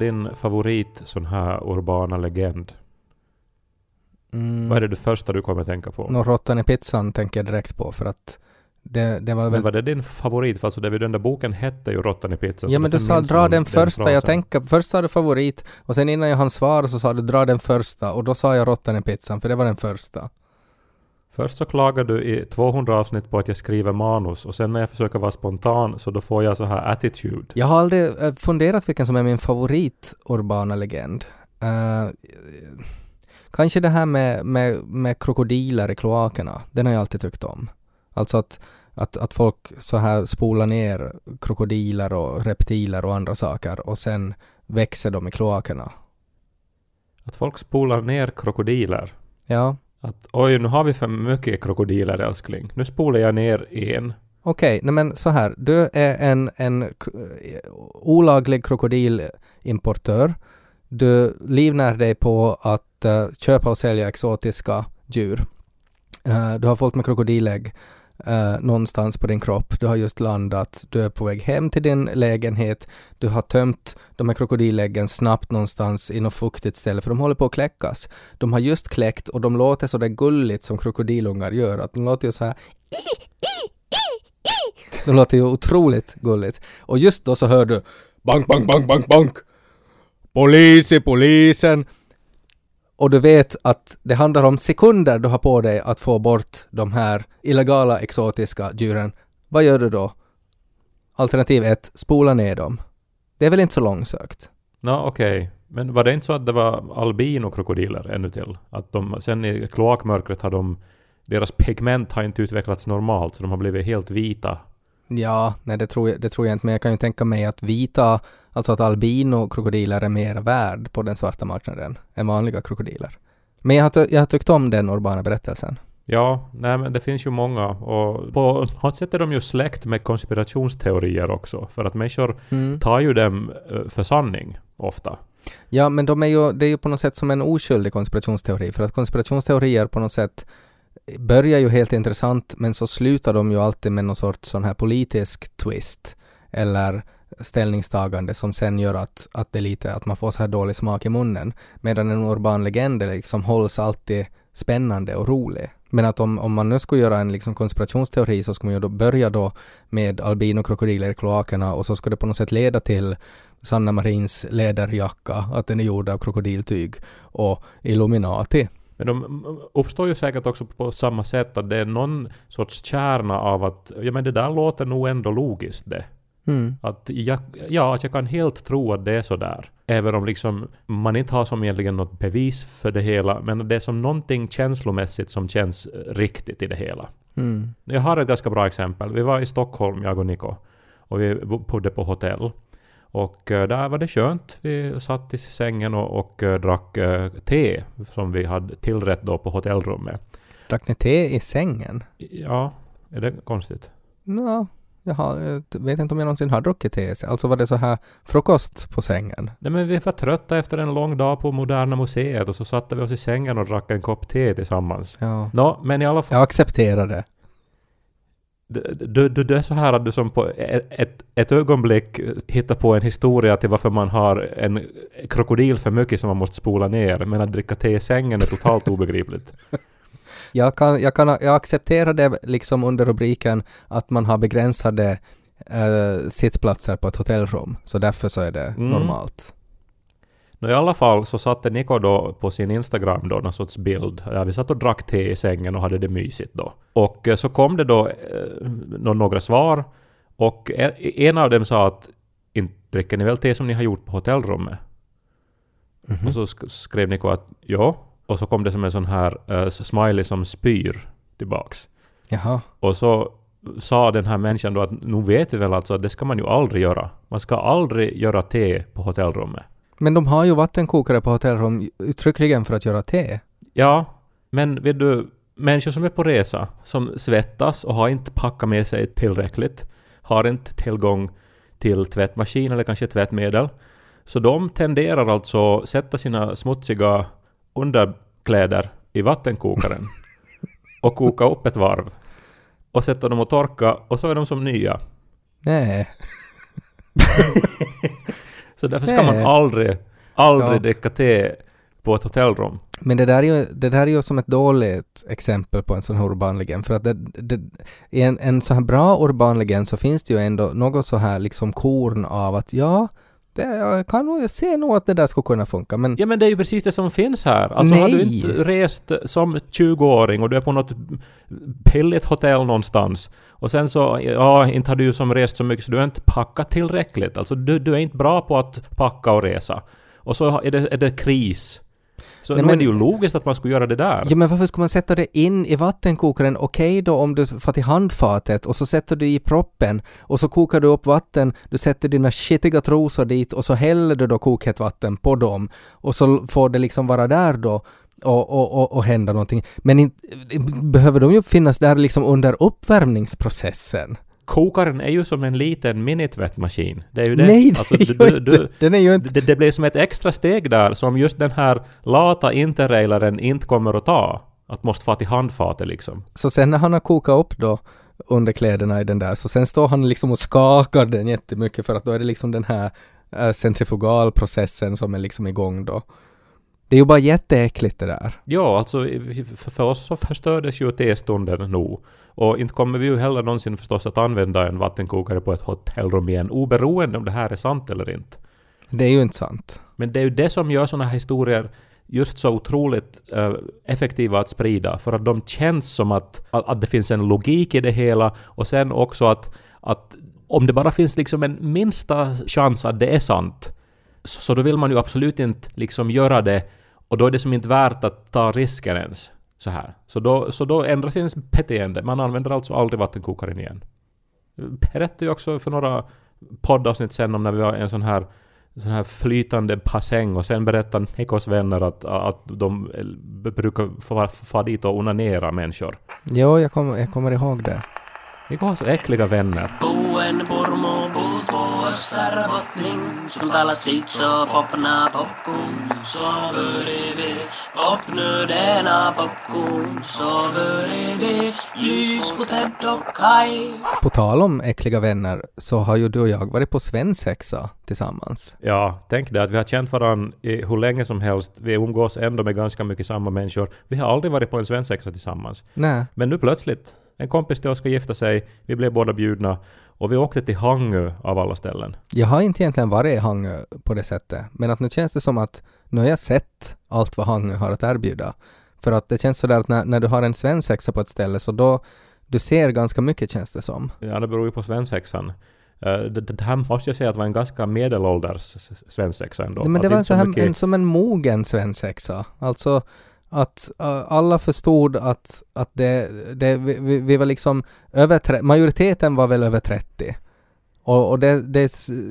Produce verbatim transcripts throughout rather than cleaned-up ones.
din favorit sån här urbana legend? Mm. Vad är det, det första du kommer att tänka på? Nå, råttan i pizzan tänker jag direkt på för att det, det var väl... Men var det din favorit? För alltså det, den där boken hette ju Råttan i pizzan. Ja, men du sa dra den, den första. Den jag tänker, först sa du favorit och sen innan jag hann svara så sa du dra den första och då sa jag Råttan i pizzan för det var den första. Först så klagar du i tvåhundra avsnitt på att jag skriver manus och sen när jag försöker vara spontan så då får jag så här attitude. Jag har aldrig äh, funderat vilken som är min favorit urbana legend. Uh, kanske det här med, med, med krokodiler i kloakerna. Den har jag alltid tyckt om. Alltså att, att, att folk så här spolar ner krokodiler och reptiler och andra saker och sen växer de i kloakerna. Att folk spolar ner krokodiler? Ja. Att oj, nu har vi för mycket krokodiler, älskling. Nu spolar jag ner en. Okej, okay, men så här. Du är en, en olaglig krokodilimportör. Du livnär dig på att uh, köpa och sälja exotiska djur. Uh, du har fått med krokodillägg uh, någonstans på din kropp. Du har just landat. Du är på väg hem till din lägenhet. Du har tömt de här krokodilläggen snabbt någonstans i något fuktigt ställe för de håller på att kläckas. De har just kläckt och de låter så där gulligt som krokodilungar gör. Att de låter ju så här... De låter ju otroligt gulligt. Och just då så hör du bank, bank, bank, bank, bank. Polis i polisen. Och du vet att det handlar om sekunder du har på dig att få bort de här illegala exotiska djuren. Vad gör du då? Alternativ ett, spola ner dem. Det är väl inte så långsökt? Ja, no, okej. Okay. Men var det inte så att det var albino-krokodiler ännu till? Att de, sen i kloakmörkret har de, deras pigment har inte utvecklats normalt så de har blivit helt vita. Ja, nej det tror jag, det tror jag inte. Men jag kan ju tänka mig att vita, alltså att albino-krokodiler är mer värd på den svarta marknaden än vanliga krokodiler. Men jag har, jag har tyckt om den urbana berättelsen. Ja, nej men det finns ju många och på något sätt är de ju släkt med konspirationsteorier också för att människor mm. tar ju dem för sanning ofta. Ja, men de är ju, det är ju på något sätt som en oskyldig konspirationsteori för att konspirationsteorier på något sätt börjar ju helt intressant men så slutar de ju alltid med någon sorts sån här politisk twist eller ställningstagande som sen gör att, att det är lite att man får så här dålig smak i munnen medan en urban legend liksom hålls alltid spännande och rolig. Men att om, om man nu skulle göra en liksom konspirationsteori så skulle man ju då börja då med albino-krokodiler i kloakerna och så skulle det på något sätt leda till Sanna Marins läderjacka, att den är gjord av krokodiltyg och Illuminati. Men de uppstår ju säkert också på samma sätt att det är någon sorts kärna av att ja men det där låter nog ändå logiskt det. Mm. Att jag, ja, att jag kan helt tro att det är så där. Även om liksom man inte har som egentligen något bevis för det hela. Men det är som någonting känslomässigt som känns riktigt i det hela. Mm. Jag har ett ganska bra exempel. Vi var i Stockholm, jag och Niko. Och vi bodde på hotell. Och där var det skönt. Vi satt i sängen och, och drack te som vi hade tillrätt då på hotellrummet. Drack ni te i sängen? Ja, är det konstigt? Ja. Jaha, jag vet inte om jag någonsin har druckit te. Alltså var det så här frukost på sängen? Nej, men vi var trötta efter en lång dag på Moderna museet och så satte vi oss i sängen och drack en kopp te tillsammans. Ja. Nå, men i alla fall... Jag accepterar det. Du, du, det är så här att du som på ett, ett, ett ögonblick hittar på en historia till varför man har en krokodil för mycket som man måste spola ner, men att dricka te i sängen är totalt obegripligt. Jag, kan, jag, kan, jag accepterar det liksom under rubriken att man har begränsade äh, sittplatser på ett hotellrum. Så därför så är det mm. normalt. Nå, i alla fall så satte Niko då på sin Instagram då någon sorts bild. Ja, vi satt och drack te i sängen och hade det mysigt då. Och så kom det då eh, några svar. Och en av dem sa att inte dricker ni väl te som ni har gjort på hotellrummet? Mm-hmm. Och så skrev Niko att ja. Och så kom det som en sån här uh, smiley som spyr tillbaks. Jaha. Och så sa den här människan då att nu vet vi väl alltså att det ska man ju aldrig göra. Man ska aldrig göra te på hotellrummet. Men de har ju vattenkokare på hotellrum uttryckligen för att göra te. Ja, men vet du, människor som är på resa, som svettas och har inte packat med sig tillräckligt, har inte tillgång till tvättmaskin eller kanske tvättmedel. Så de tenderar alltså att sätta sina smutsiga underkläder i vattenkokaren och koka upp ett varv och sätta dem att torka och så är de som nya. Nej. Så därför ska man aldrig, aldrig Ja. dricka te på ett hotellrum. Men det där är ju, det där är ju som ett dåligt exempel på en sån här urban legend. För att det, det, i en, en så här bra urban legend så finns det ju ändå något så här liksom korn av att ja, det, jag kan nog, jag ser nog att det där skulle kunna funka. Men Ja, men det är ju precis det som finns här. Alltså har du Nej. inte rest som tjugoåring och du är på något pilligt hotell någonstans och sen så, ja, inte har du ju som rest så mycket så du har inte packat tillräckligt. Alltså du, du är inte bra på att packa och resa. Och så är det, är det kris. Så Nej, nu men- är det ju logiskt att man skulle göra det där. Ja, men varför ska man sätta det in i vattenkokaren? Okej då om du får till handfatet och så sätter du i proppen och så kokar du upp vatten, du sätter dina skitiga trosor dit och så häller du då kokhett vatten på dem och så får det liksom vara där då och, och, och, och hända någonting. Men in, behöver de ju finnas där liksom under uppvärmningsprocessen? Kokaren är ju som en liten minitvättmaskin. Det är ju det. Nej, det alltså, är du, ju du, inte, du, den är ju inte... det, det blir som ett extra steg där som just den här lata interrailaren inte kommer att ta. Att måste få till handfatet liksom. Så sen när han har kokat upp då under kläderna i den där, så sen står han liksom och skakar den jättemycket för att då är det liksom den här äh, centrifugalprocessen som är liksom igång då. Det är ju bara jätteäckligt det där. Ja, alltså för, för oss så förstördes ju testunden nog. Och inte kommer vi ju heller någonsin förstås att använda en vattenkokare på ett hotellrum igen, oberoende om det här är sant eller inte. Det är ju inte sant. Men det är ju det som gör såna här historier just så otroligt uh, effektiva att sprida. För att de känns som att, att, att det finns en logik i det hela och sen också att, att om det bara finns liksom en minsta chans att det är sant så, så då vill man ju absolut inte liksom göra det och då är det som inte värt att ta risken ens. Så här. Så då, så då ändras ens beteende. Man använder alltså aldrig vattenkokaren igen. Jag berättade ju också för några poddavsnitt sen om när vi har en sån här sån här flytande bassäng och sen berättar Nikos vänner att, att de brukar få, få dit och onanera människor. Jo, jag, kom, jag kommer ihåg det. Nikos har så äckliga vänner. Buen pormo puut vuossar botning, som tala sitso popna popkun, så börjar popnödena popkun, så börjar lyskotedd och kaj. På tal om äckliga vänner så har ju du och jag varit på svensexa tillsammans. Ja, tänk dig att vi har känt varandra i hur länge som helst. Vi umgås ändå med ganska mycket samma människor. Vi har aldrig varit på en svensexa tillsammans. Nej. Men nu plötsligt, en kompis till oss ska gifta sig, vi blev båda bjudna och vi åkte till Hangö av alla ställen. Jag har inte egentligen varit i Hangö på det sättet. Men att nu känns det som att nu har jag sett allt vad Hangö har att erbjuda. För att det känns sådär att när, när du har en svensexa på ett ställe så då du ser ganska mycket känns det som. Ja, det beror ju på svensexan. Uh, det, det här måste jag säga att var en ganska medelålders svensexa ändå. Nej, men det att var inte så här, mycket... en, som en mogen svensexa. Alltså att uh, alla förstod att, att det, det, vi, vi var liksom över tre, majoriteten var väl över trettio. Och, och det, det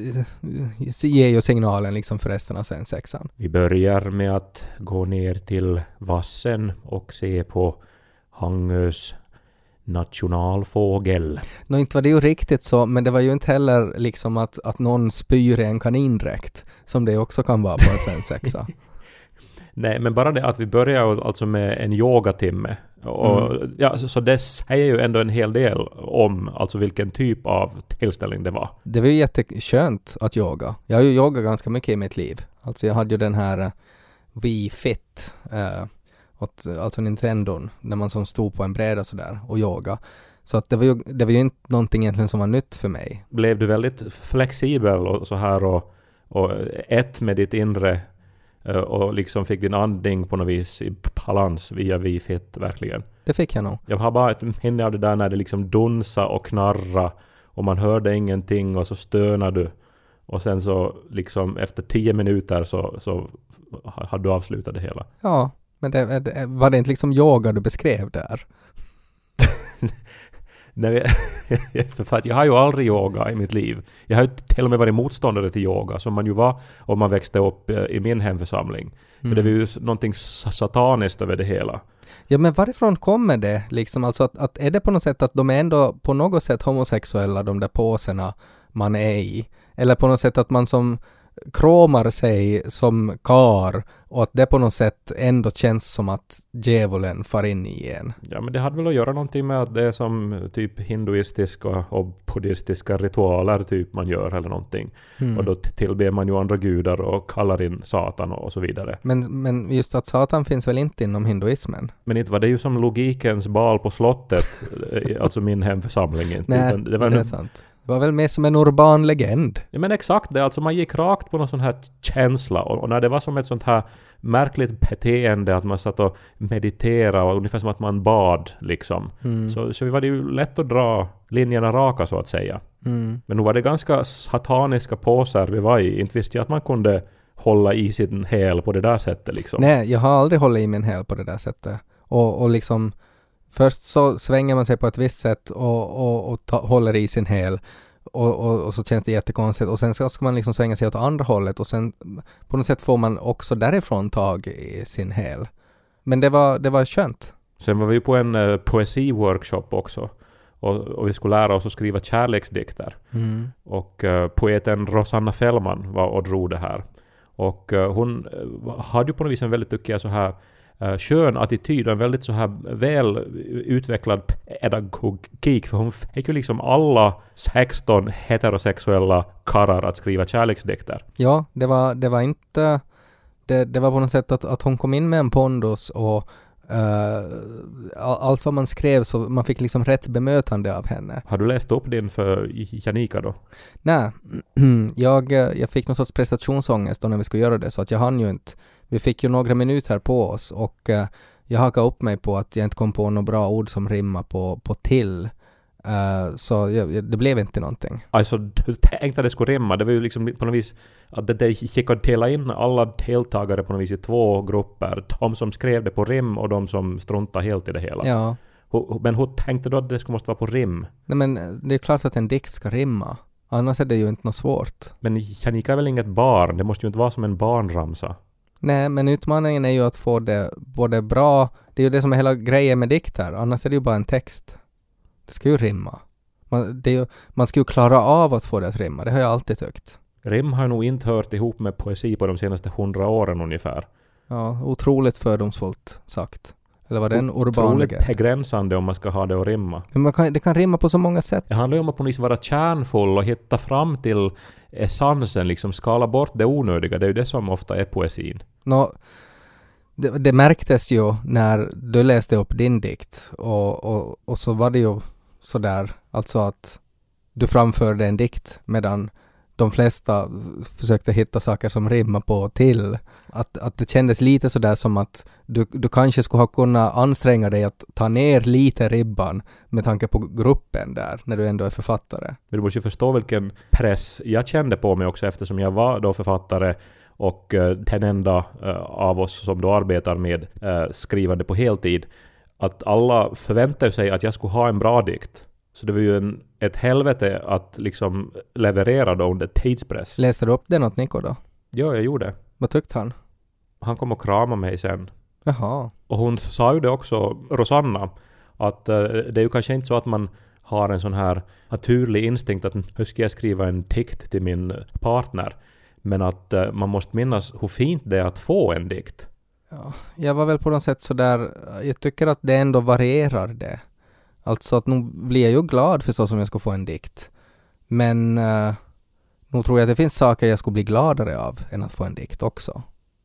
s- ger ju signalen liksom för resten av svensexan. Vi börjar med att gå ner till vassen och se på Hangös nationalfågel. Nå, inte var det ju riktigt så, men det var ju inte heller liksom att, att någon spyr i en kanindräkt, som det också kan vara på en svensexa. Nej, men bara det att vi börjar alltså med en yogatimme. Och, Mm. ja, så, så det säger ju ändå en hel del om alltså vilken typ av tillställning det var. Det var ju jätteskönt att yoga. Jag har ju yogat ganska mycket i mitt liv. Alltså jag hade ju den här uh, Wii Fit, uh, åt, alltså Nintendon, när man som stod på en bräda sådär och yoga. Så att det var ju, det var ju inte någonting egentligen som var nytt för mig. Blev du väldigt flexibel och så här och, och ett med ditt inre och liksom fick din andning på något vis i balans via Wii Fit verkligen? Det fick jag nog. Jag har bara ett minne av det där när det liksom dunsa och knarra och man hörde ingenting och så stönade du och sen så liksom efter tio minuter så, så hade du avslutat det hela. Ja, men det, det, var det inte liksom yoga du beskrev där? Nej, för att jag har ju aldrig yoga i mitt liv. Jag har ju till och med varit motståndare till yoga som man ju var om man växte upp i min hemförsamling. För Mm. det var ju någonting sataniskt över det hela. Ja, men varifrån kommer det? Liksom, alltså att, att är det på något sätt att de är ändå på något sätt homosexuella, de där påserna man är i? Eller på något sätt att man som kråmar sig som kar och att det på något sätt ändå känns som att djävulen far in i en. Ja, men det hade väl att göra någonting med att det är som typ hinduistiska och buddhistiska ritualer typ man gör eller någonting. Mm. Och då tillber man ju andra gudar och kallar in Satan och så vidare. Men, men just att Satan finns väl inte inom hinduismen? Men inte var det ju som logikens bal på slottet, alltså min hemförsamling inte. Nej, det, var det är nu... sant. Det var väl mer som en urban legend. Ja, men exakt det. Alltså man gick rakt på någon sån här känsla. Och, och när det var som ett sånt här märkligt beteende att man satt och mediterade och ungefär som att man bad liksom. Mm. Så, så var det ju lätt att dra linjerna raka så att säga. Mm. Men nu var det ganska sataniska påsar vi var i. Inte visste jag att man kunde hålla i sin häl på det där sättet liksom. Nej, jag har aldrig hållit i min häl på det där sättet. Och, och liksom... Först så svänger man sig på ett visst sätt och, och, och ta, håller i sin häl och, och, och så känns det jättekonstigt och sen ska, ska man liksom svänga sig åt andra hållet och sen på något sätt får man också därifrån tag i sin häl. Men det var, det var skönt. Sen var vi på en uh, poesiworkshop också och, och vi skulle lära oss att skriva kärleksdikter. Mm. Och uh, poeten Rosanna Fellman var och drog det här. Och uh, hon uh, hade ju på något vis en väldigt, tycker jag, så här Uh, skön attityd och en väldigt så här väl utvecklad pedagogik, för hon fick ju liksom alla sexton heterosexuella karrar att skriva kärleksdikter. Ja, det var, det var inte det, det var på något sätt att, att hon kom in med en pondus och uh, allt vad man skrev så man fick liksom rätt bemötande av henne. Har du läst upp din för Janika då? Nej, jag, jag fick någon sorts prestationsångest då när vi skulle göra det så att jag hann ju inte. Vi fick ju några minuter på oss och uh, jag hakade upp mig på att jag inte kom på några bra ord som rimmar på, på till. Uh, så jag, det blev inte någonting. Alltså du tänkte att det skulle rimma. Det var ju liksom på något vis att det, det gick att dela in alla deltagare på något vis i två grupper. De som skrev det på rim och de som struntade helt i det hela. Ja. Men hur tänkte du att det skulle måste vara på rim? Nej, men det är klart att en dikt ska rimma. Annars är det ju inte något svårt. Men Janika är väl inget barn? Det måste ju inte vara som en barnramsa. Nej, men utmaningen är ju att få det både bra. Det är ju det som är hela grejen med dikter. Annars är det ju bara en text. Det ska ju rimma. Man, det är ju, man ska ju klara av att få det att rimma. Det har jag alltid tyckt. Rim har nog inte hört ihop med poesi på de senaste hundra åren ungefär. Ja, otroligt fördomsfullt sagt. Eller var det en urban otroligt begränsande om man ska ha det att rimma. Men man kan, det kan rimma på så många sätt. Det handlar ju om att på något vis vara kärnfull och hitta fram till essensen, liksom skala bort det onödiga. Det är ju det som ofta är poesin. Nå, det, det märktes ju när du läste upp din dikt och, och, och så var det ju sådär, alltså att du framförde en dikt medan de flesta försökte hitta saker som rimmar på till. Att, att det kändes lite sådär som att du, du kanske skulle ha kunnat anstränga dig att ta ner lite ribban med tanke på gruppen där, när du ändå är författare. Men du måste ju förstå vilken press jag kände på mig också eftersom jag var då författare och uh, den enda uh, av oss som då arbetar med uh, skrivande på heltid. Att alla förväntade sig att jag skulle ha en bra dikt. Så det var ju en, ett helvete att liksom leverera då under tidspress. Läste du upp den åt Nico då? Ja, jag gjorde. Vad tyckte han? Han kom och kramade mig sen. Jaha. Och hon sa ju det också, Rosanna, att uh, det är ju kanske inte så att man har en sån här naturlig instinkt att nu ska jag skriva en dikt till min partner. Men att uh, man måste minnas hur fint det är att få en dikt. Ja, jag var väl på något sätt så där, jag tycker att det ändå varierar det. Alltså att nu blir jag ju glad för så som jag ska få en dikt. Men uh, nu tror jag att det finns saker jag skulle bli gladare av än att få en dikt också.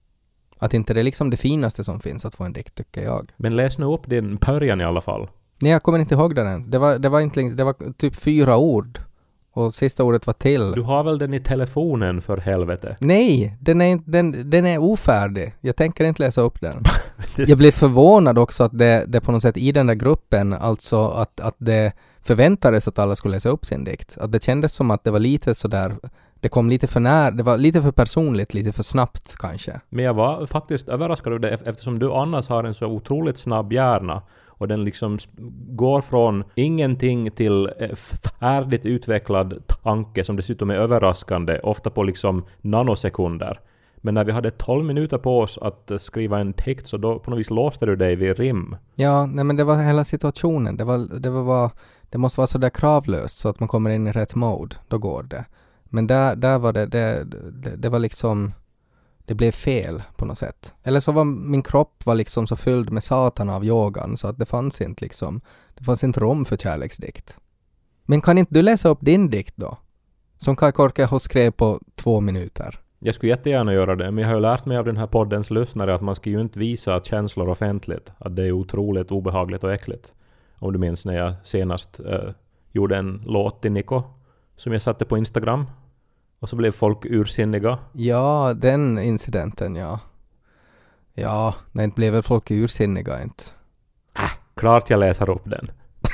Att inte det är liksom det finaste som finns att få en dikt, tycker jag. Men läs nu upp din början i alla fall. Nej, jag kommer inte ihåg den än. Det var, det var, inte, det var typ fyra ord. Och sista ordet var till. Du har väl den i telefonen för helvete? Nej, den är, den, den är ofärdig. Jag tänker inte läsa upp den. Jag blev förvånad också att det, det på något sätt i den där gruppen, alltså att, att det förväntades att alla skulle läsa upp sin dikt. Att det kändes som att det var lite sådär, det kom lite för när, det var lite för personligt, lite för snabbt kanske. Men jag var faktiskt överraskad av det eftersom du annars har en så otroligt snabb hjärna. Och den liksom går från ingenting till färdigt utvecklad tanke som dessutom är överraskande, ofta på liksom nanosekunder. Men när vi hade tolv minuter på oss att skriva en text så då på något vis låste du dig vid rim. Ja, nej men det var hela situationen. Det, var, det, var, det måste vara så där kravlöst så att man kommer in i rätt mode. Då går det. Men där, där var det, det, det, det var liksom, det blev fel på något sätt. Eller så var min kropp var liksom så fylld med satan av yogan så att det fanns inte liksom, det fanns inte rom för kärleksdikt. Men kan inte du läsa upp din dikt då? Som Kai Korke har skrev på två minuter. Jag skulle jättegärna göra det, men jag har ju lärt mig av den här poddens lyssnare att man ska ju inte visa känslor offentligt. Att det är otroligt obehagligt och äckligt. Om du minns när jag senast eh, gjorde en låt till Nico som jag satte på Instagram. Och så blev folk ursinniga. Ja, den incidenten, ja. Ja, det inte blev väl folk ursinniga inte. Äh, klart jag läser upp den.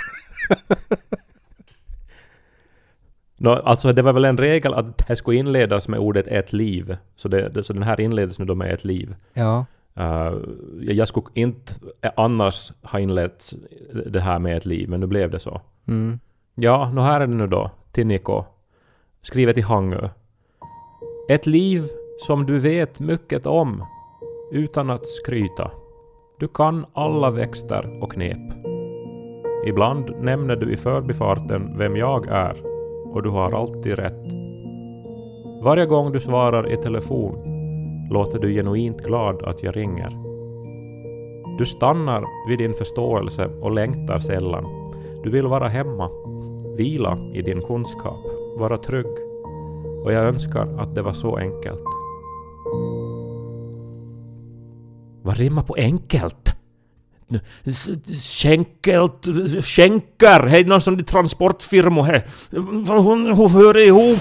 No, alltså det var väl en regel att det skulle inledas med ordet ett liv. Så, det, så den här inleds nu då med ett liv. Ja. Uh, jag skulle inte annars ha inlett det här med ett liv, men nu blev det så. Mm. Ja, nu här är det nu då, till Nico. Skrivet i Hangö. Ett liv som du vet mycket om, utan att skryta. Du kan alla växter och knep. Ibland nämner du i förbifarten vem jag är, och du har alltid rätt. Varje gång du svarar i telefon låter du genuint glad att jag ringer. Du stannar vid din förståelse och längtar sällan. Du vill vara hemma, vila i din kunskap, vara trygg. Och jag önskar att det var så enkelt. Vad rimmar på enkelt? Skänkelt, skänker, hej någon sån transportfirma här. Hon, hon hör ihop.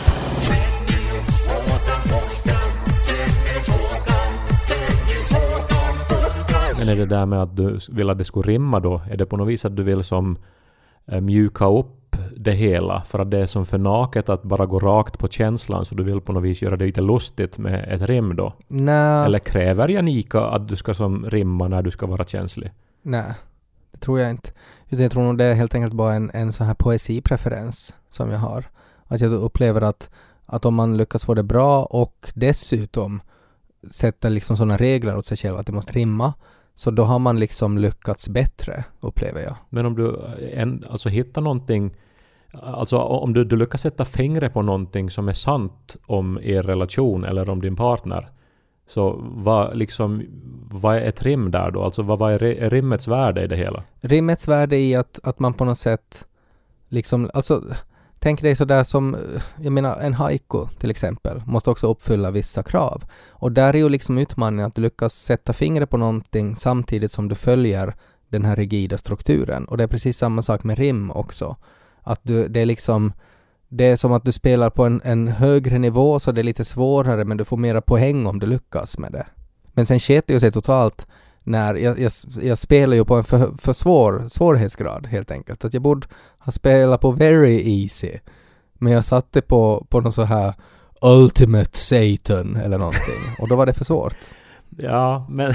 Men är det där med att du vill att det ska rimma då? Är det på något vis att du vill som äh, mjuka upp det hela för att det är som för naket att bara gå rakt på känslan, så du vill på något vis göra det lite lustigt med ett rim då? Nej. Eller kräver Janika att du ska som rimma när du ska vara känslig? Nej, det tror jag inte. Jag tror nog det är helt enkelt bara en, en sån här poesipreferens som jag har. Att jag upplever att, att om man lyckas få det bra och dessutom sätta liksom sådana regler åt sig själv att det måste rimma, så då har man liksom lyckats bättre, upplever jag. Men om du en, alltså hittar någonting, alltså om du, du lyckas sätta fingret på någonting som är sant om er relation eller om din partner, så vad, liksom, vad är ett rim där då? Alltså vad, vad är, är rimmets värde i det hela? Rimmets värde är att, att man på något sätt liksom, alltså tänk dig sådär som, jag menar en haiku till exempel, måste också uppfylla vissa krav. Och där är ju liksom utmaningen att du lyckas sätta fingret på någonting samtidigt som du följer den här rigida strukturen. Och det är precis samma sak med rim också. Att du, det är liksom, det är som att du spelar på en, en högre nivå, så det är lite svårare, men du får mera poäng om du lyckas med det. Men sen sker det ju sig totalt när jag, jag, jag spelar ju på en för, för svår svårighetsgrad helt enkelt. Att jag borde ha spelat på very easy. Men jag satte på, på något så här ultimate Satan eller någonting. Och då var det för svårt. Ja, men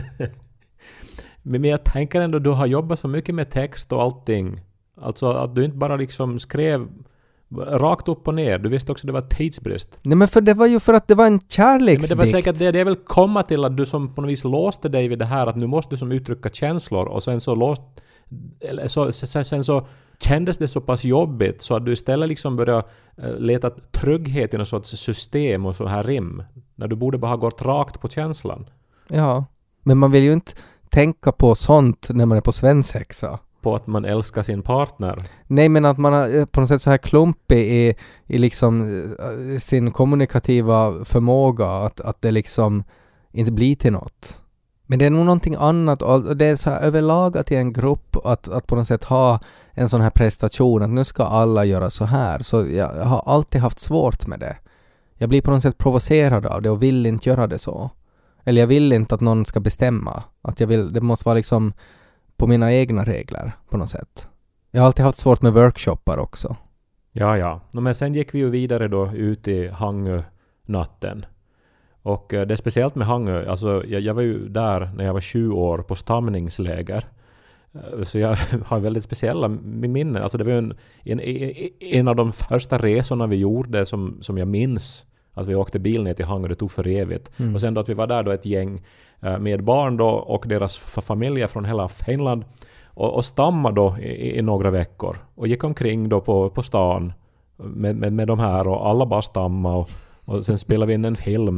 men jag tänker ändå du har jobbat så mycket med text och allting. Alltså att du inte bara liksom skrev rakt upp och ner. Du visste också att det var tidsbrist. Nej, men för det var ju för att det var en kärleksdikt. Men det var säkert det. Det är väl komma till att du som på något vis låste dig vid det här att nu måste du som uttrycka känslor, och sen så låst eller så, sen, sen så kändes det så pass jobbigt så att du istället liksom började leta trygghet i något sorts system och så här rim, när du borde bara ha gått rakt på känslan. Ja, men man vill ju inte tänka på sånt när man är på svensexa. På att man älskar sin partner. Nej, men att man har på något sätt så här klumpig i, i liksom sin kommunikativa förmåga, att, att det liksom inte blir till något. Men det är nog någonting annat, och det är så här överlag att i en grupp att, att på något sätt ha en sån här prestation att nu ska alla göra så här. Så jag har alltid haft svårt med det. Jag blir på något sätt provocerad av det och vill inte göra det så. Eller jag vill inte att någon ska bestämma. Att jag vill, det måste vara liksom på mina egna regler på något sätt. Jag har alltid haft svårt med workshoppar också. Ja, ja. Men sen gick vi ju vidare då ut i Hangö-natten. Och det är speciellt med Hangö. Alltså, jag, jag var ju där när jag var tjugo år på stamningsläger. Så jag har väldigt speciella minnen. Alltså det var en, en, en av de första resorna vi gjorde som, som jag minns. Att vi åkte bil ner till Hangö, det tog för evigt. Mm. Och sen då att vi var där då ett gäng med barn då och deras familjer från hela Finland. Och, och stammade då i, i några veckor. Och gick omkring då på, på stan med, med, med de här och alla bara stamma och, och sen spelade vi in en film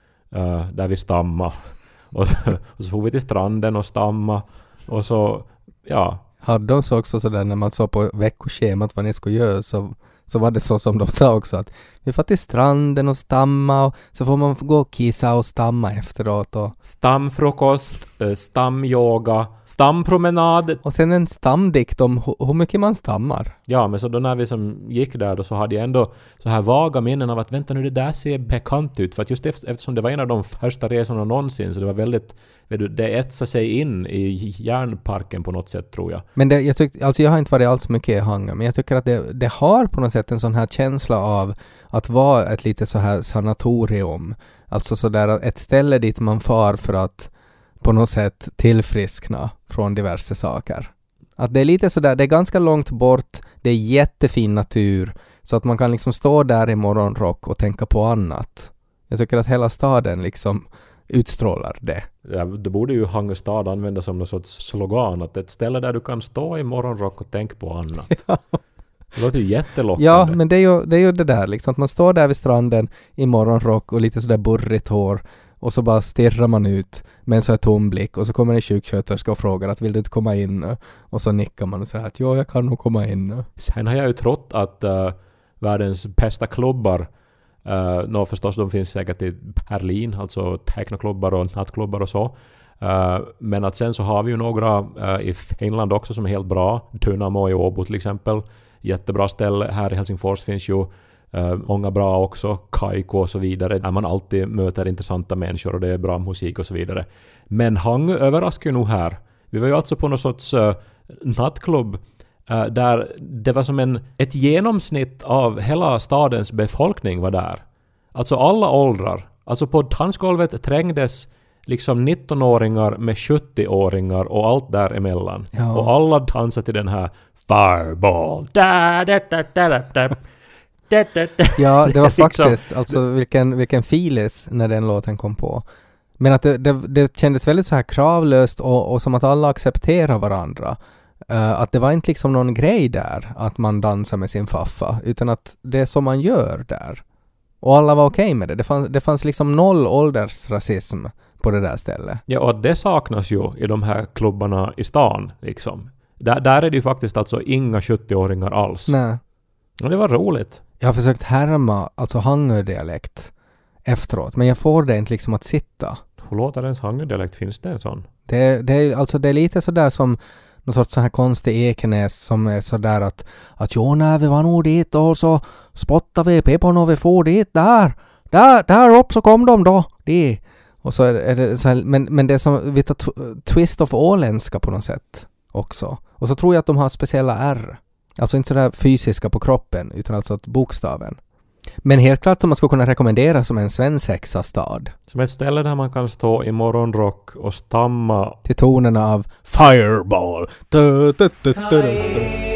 uh, där vi stamma och, och så får vi till stranden och stamma och så, ja. Hade de så också sådär när man såg på veckoschemat vad ni skulle göra så, så var det så som de sa också att vi får till stranden och stamma och så får man gå och kissa och stamma efteråt. Och stamfrukost, stamyoga, stampromenad. Och sen en stamdikt om hur mycket man stammar. Ja, men så då när vi som gick där då så hade jag ändå så här vaga minnen av att vänta nu, det där ser bekant ut. För att just eftersom det var en av de första resorna någonsin så det var väldigt, det etsade sig in i hjärnparken på något sätt tror jag. Men det, jag tycker, alltså jag har inte varit alls mycket i Hangö, men jag tycker att det, det har på något sätt en sån här känsla av att vara ett lite så här sanatorium. Alltså sådär ett ställe dit man far för att på något sätt tillfriskna från diverse saker. Att det är lite sådär, det är ganska långt bort, det är jättefin natur så att man kan liksom stå där i morgonrock och tänka på annat. Jag tycker att hela staden liksom utstrålar det. Ja, det borde ju Hangö stad använda som någon sorts slogan att ett ställe där du kan stå i morgonrock och tänka på annat. Ja. Det låter ju jättelockande. Ja, men det är ju det, är ju det där liksom att man står där vid stranden i morgonrock och lite sådär burrigt hår och så bara stirrar man ut med en så här tom blick och så kommer en sjuksköterska och frågar att vill du inte komma in och så nickar man och säger att ja, jag kan nog komma in. Sen har jag ju trott att uh, världens bästa klubbar uh, nå förstås de finns säkert i Berlin, alltså technoklubbar och nattklubbar och så. Uh, men att sen så har vi ju några uh, i Finland också som är helt bra. Dynamo i Åbo till exempel. Jättebra ställe. Här i Helsingfors finns ju uh, många bra också. Kaiko och så vidare. Där man alltid möter intressanta människor och det är bra musik och så vidare. Men Hangö överraskar ju nog här. Vi var ju alltså på någon sorts uh, nattklubb uh, där det var som en, ett genomsnitt av hela stadens befolkning var där. Alltså alla åldrar. Alltså på dansgolvet trängdes liksom nittonåringar med sjuttioåringar och allt däremellan. Ja. Och alla dansar till den här Fireball. Da, da, da, da, da, da. Da, da, da. Ja, det var liksom, faktiskt alltså vilken, vilken filis när den låten kom på. Men att det, det, det kändes väldigt så här kravlöst och, och som att alla accepterar varandra. Uh, att det var inte liksom någon grej där att man dansar med sin faffa utan att det är som man gör där. Och alla var okej okay med det. Det fanns, det fanns liksom noll åldersrasism på det där stället. Ja, och det saknas ju i de här klubbarna i stan liksom. Där, där är det ju faktiskt alltså inga sjuttioåringar alls. Nej. Och det var roligt. Jag har försökt härma alltså Hangö-dialekt efteråt, men jag får det inte liksom att sitta. Hur låter ens Hangö-dialekt? Finns det en sån? Det, det, är, alltså, det är lite sådär som någon sorts så här konstig Ekenäs som är sådär att att jo, när vi var nog dit och så spottade vi pepon och vi får dit där. Där, där upp så kom de då. Det. Och så är det, är det så här, men, men det är som vi tar t- twist of åländska på något sätt också. Och så tror jag att de har speciella R. Alltså inte sådär fysiska på kroppen utan alltså att bokstaven. Men helt klart som man skulle kunna rekommendera som en svensexa stad. Som ett ställe där man kan stå i morgonrock och stamma till tonerna av Fireball. Du, du, du, du, du, du.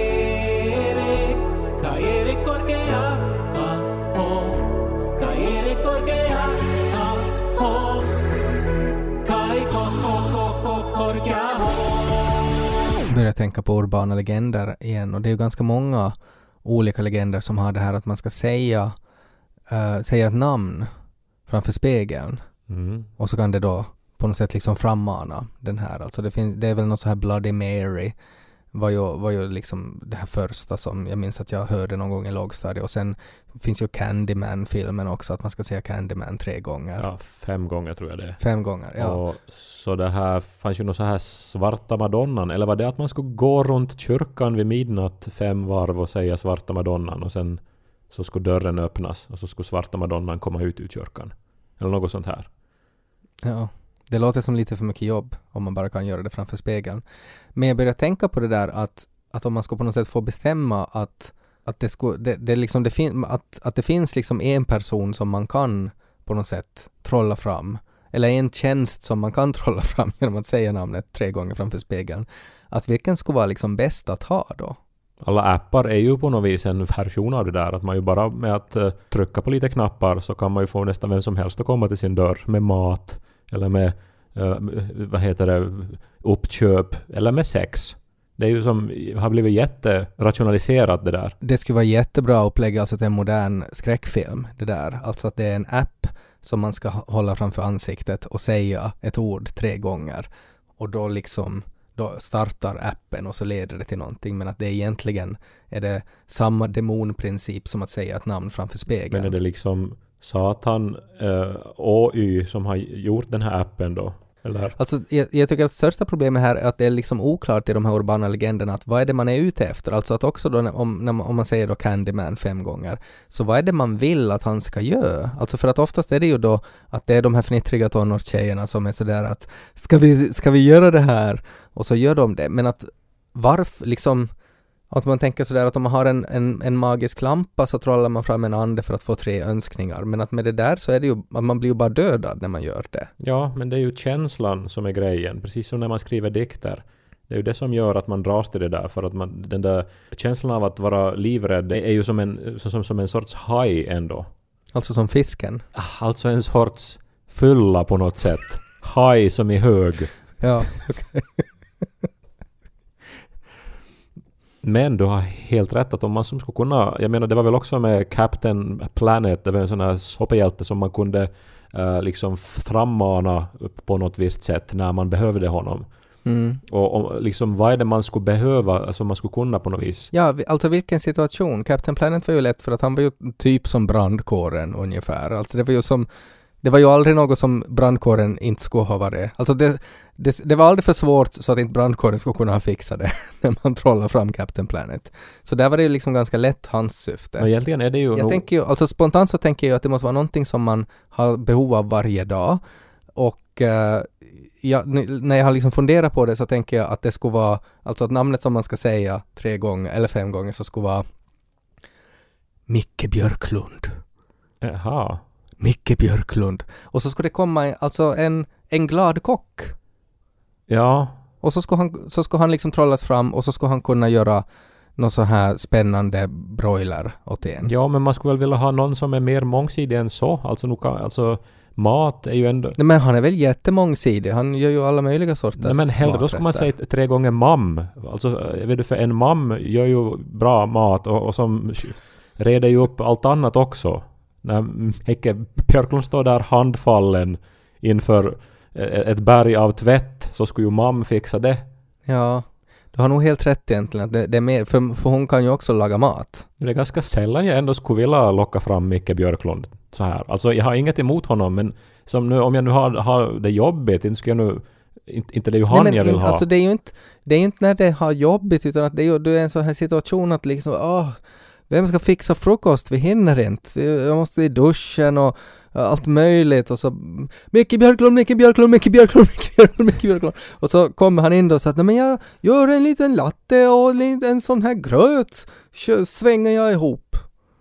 Jag börjar tänka på urbana legender igen och det är ju ganska många olika legender som har det här att man ska säga uh, säga ett namn framför spegeln. Mm. Och så kan det då på något sätt liksom frammana den här. Alltså det, finns, det är väl något så här Bloody Mary var ju, var ju liksom det här första som jag minns att jag hörde någon gång i lågstadiet. Och sen finns ju Candyman-filmen också, att man ska säga Candyman tre gånger. Ja, fem gånger tror jag det är. Fem gånger, ja. Och så det här fanns ju någon så här svarta madonnan. Eller var det att man skulle gå runt kyrkan vid midnatt fem varv och säga svarta madonnan och sen så skulle dörren öppnas och så skulle svarta madonnan komma ut ur kyrkan. Eller något sånt här. Ja, det låter som lite för mycket jobb om man bara kan göra det framför spegeln. Men jag börjar tänka på det där att, att om man ska på något sätt få bestämma att, att, det, ska, det, det, liksom det, fin, att, att det finns liksom en person som man kan på något sätt trolla fram. Eller en tjänst som man kan trolla fram genom att säga namnet tre gånger framför spegeln. Att vilken skulle vara liksom bäst att ha då? Alla appar är ju på något vis en version av det där. Att man ju bara med att uh, trycka på lite knappar så kan man ju få nästan vem som helst att komma till sin dörr med mat. Eller med, uh, vad heter det, uppköp. Eller med sex. Det är ju som har blivit jätterationaliserat det där. Det skulle vara jättebra upplägg alltså till en modern skräckfilm, det där. Alltså att det är en app som man ska hålla framför ansiktet och säga ett ord tre gånger. Och då liksom, då startar appen och så leder det till någonting. Men att det egentligen är det samma demonprincip som att säga ett namn framför spegeln. Men är det liksom Satan eh, O Y som har gjort den här appen då? Eller? Alltså, jag, jag tycker att största problemet här är att det är liksom oklart i de här urbana legenderna att vad är det man är ute efter? Alltså att också då om, när man, om man säger då Candyman fem gånger, så vad är det man vill att han ska göra? Alltså för att oftast är det ju då att det är de här fnittriga tonårstjejerna som är sådär att ska vi, ska vi göra det här? Och så gör de det. Men att varför liksom att man tänker sådär att om man har en, en, en magisk lampa så trollar man fram en ande för att få tre önskningar. Men att med det där så är det ju att man blir ju bara dödad när man gör det. Ja, men det är ju känslan som är grejen. Precis som när man skriver dikter. Det är ju det som gör att man dras till det där. För att man, den där känslan av att vara livrädd, det är ju som en, som, som en sorts haj ändå. Alltså som fisken? Alltså en sorts fylla på något sätt. Haj som är hög. Ja, okej. Okay. Men du har helt rätt att om man som skulle kunna, jag menar det var väl också med Captain Planet, det var en sån här superhjälte som man kunde uh, liksom frammana på något visst sätt när man behövde honom. Mm. Och, och liksom vad är det man skulle behöva, alltså man skulle kunna på något vis? Ja, alltså vilken situation? Captain Planet var ju lätt för att han var ju typ som brandkåren ungefär. Alltså det var ju som Det var ju aldrig något som brandkåren inte skulle ha varit. Alltså det, det, det var aldrig för svårt så att inte brandkåren skulle kunna ha fixat det när man trollar fram Captain Planet. Så där var det ju liksom ganska lätt hans syfte. Men egentligen är det ju... Jag no- tänker ju, alltså spontant så tänker jag att det måste vara någonting som man har behov av varje dag. Och uh, ja, när jag har liksom funderat på det så tänker jag att det skulle vara, alltså att namnet som man ska säga tre gånger eller fem gånger så skulle vara Micke Björklund. Jaha. Micke Björklund. Och så skulle det komma alltså en, en glad kock. Ja. Och så skulle han, så skulle han liksom trollas fram och så skulle han kunna göra något så här spännande broiler åt en. Ja, men man skulle väl vilja ha någon som är mer mångsidig än så. Alltså, nu kan, alltså mat är ju ändå... Nej, men han är väl jättemångsidig. Han gör ju alla möjliga sorters Nej, men hellre, då ska man säga tre gånger mam. Alltså, vet du, för en mam gör ju bra mat och, och som reder ju upp allt annat också. När Micke Björklund står där handfallen inför ett berg av tvätt så skulle ju mam fixa det. Ja, du har nog helt rätt egentligen. Att det, det är mer, för, för hon kan ju också laga mat. Det är ganska sällan jag ändå skulle vilja locka fram Micke Björklund så här. Alltså jag har inget emot honom, men som nu, om jag nu har, har det jobbigt, inte ska jag nu... Inte, inte det är ju han Nej, jag vill in, ha. Alltså det är ju inte, det är ju inte när det har jobbigt, utan att det är ju det är en sån här situation att liksom... Åh, vem ska fixa frukost? Vi hinner inte. Jag måste i duschen och allt möjligt. Och så Micke Björklund, Micke Björklund, Micke Björklund, Micke Björklund, Micke Björklund. Och så kommer han in då och säger att men jag gör en liten latte och en sån här gröt. Svänger jag ihop.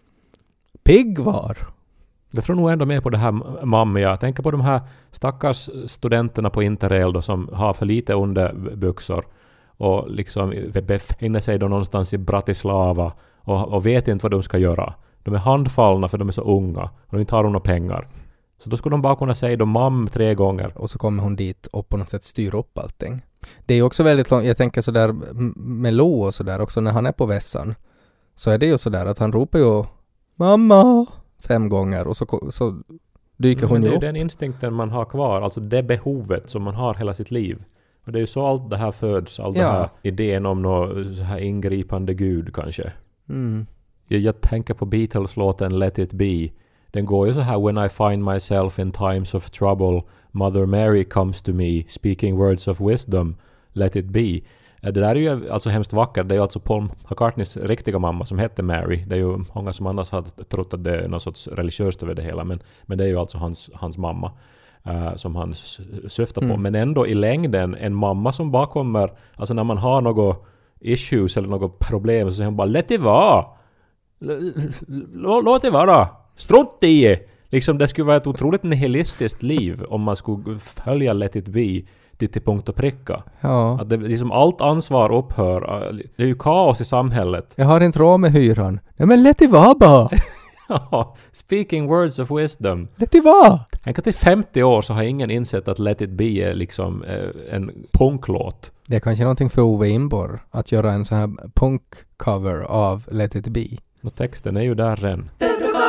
Pigg var. Jag tror nog ändå mer på det här mamma. Jag tänker på de här stackars studenterna på Interrail då, som har för lite underbyxor. Och liksom befinner sig då någonstans i Bratislava. Och, och vet inte vad de ska göra. De är handfallna för de är så unga. Och de inte har några pengar. Så då skulle de bara kunna säga då mam tre gånger. Och så kommer hon dit och på något sätt styr upp allting. Det är också väldigt långt. Jag tänker sådär med Lo och sådär också när han är på vässan. Så är det ju sådär att han ropar ju mamma fem gånger. Och så, så dyker hon ju upp. Det är den instinkten man har kvar. Alltså det behovet som man har hela sitt liv. Och det är ju så allt det här föds. All ja. Det här idén om något så här ingripande gud kanske. Mm. Jag, jag tänker på Beatles-låten Let It Be. Den går ju så här: When I find myself in times of trouble, Mother Mary comes to me, speaking words of wisdom, let it be. Det där är ju alltså hemskt vackert. Det är ju alltså Paul McCartneys riktiga mamma som hette Mary. Det är ju många som annars har trott att det är något sorts religiöst över det hela. Men, men det är ju alltså hans, hans mamma uh, som han syftar på. Mm. Men ändå i längden en mamma som bara kommer, alltså när man har något issues eller något problem så säger hon bara lätt det vara. Låt det vara. Strunt i. Liksom det skulle vara ett otroligt nihilistiskt liv om man skulle följa Let It Be till, till punkt och pricka. Ja. Att det, liksom allt ansvar upphör. Det är ju kaos i samhället. Jag har inte råd med hyran. Nej men let det vara bara. Ja, speaking words of wisdom. Let det vara. Tänk att i femtio år så har ingen insett att Let It Be är liksom eh, en punklåt. Det är kanske någonting för Ove Inborg att göra en sån här punk-cover av Let It Be. Och texten är ju där redan. Det brukar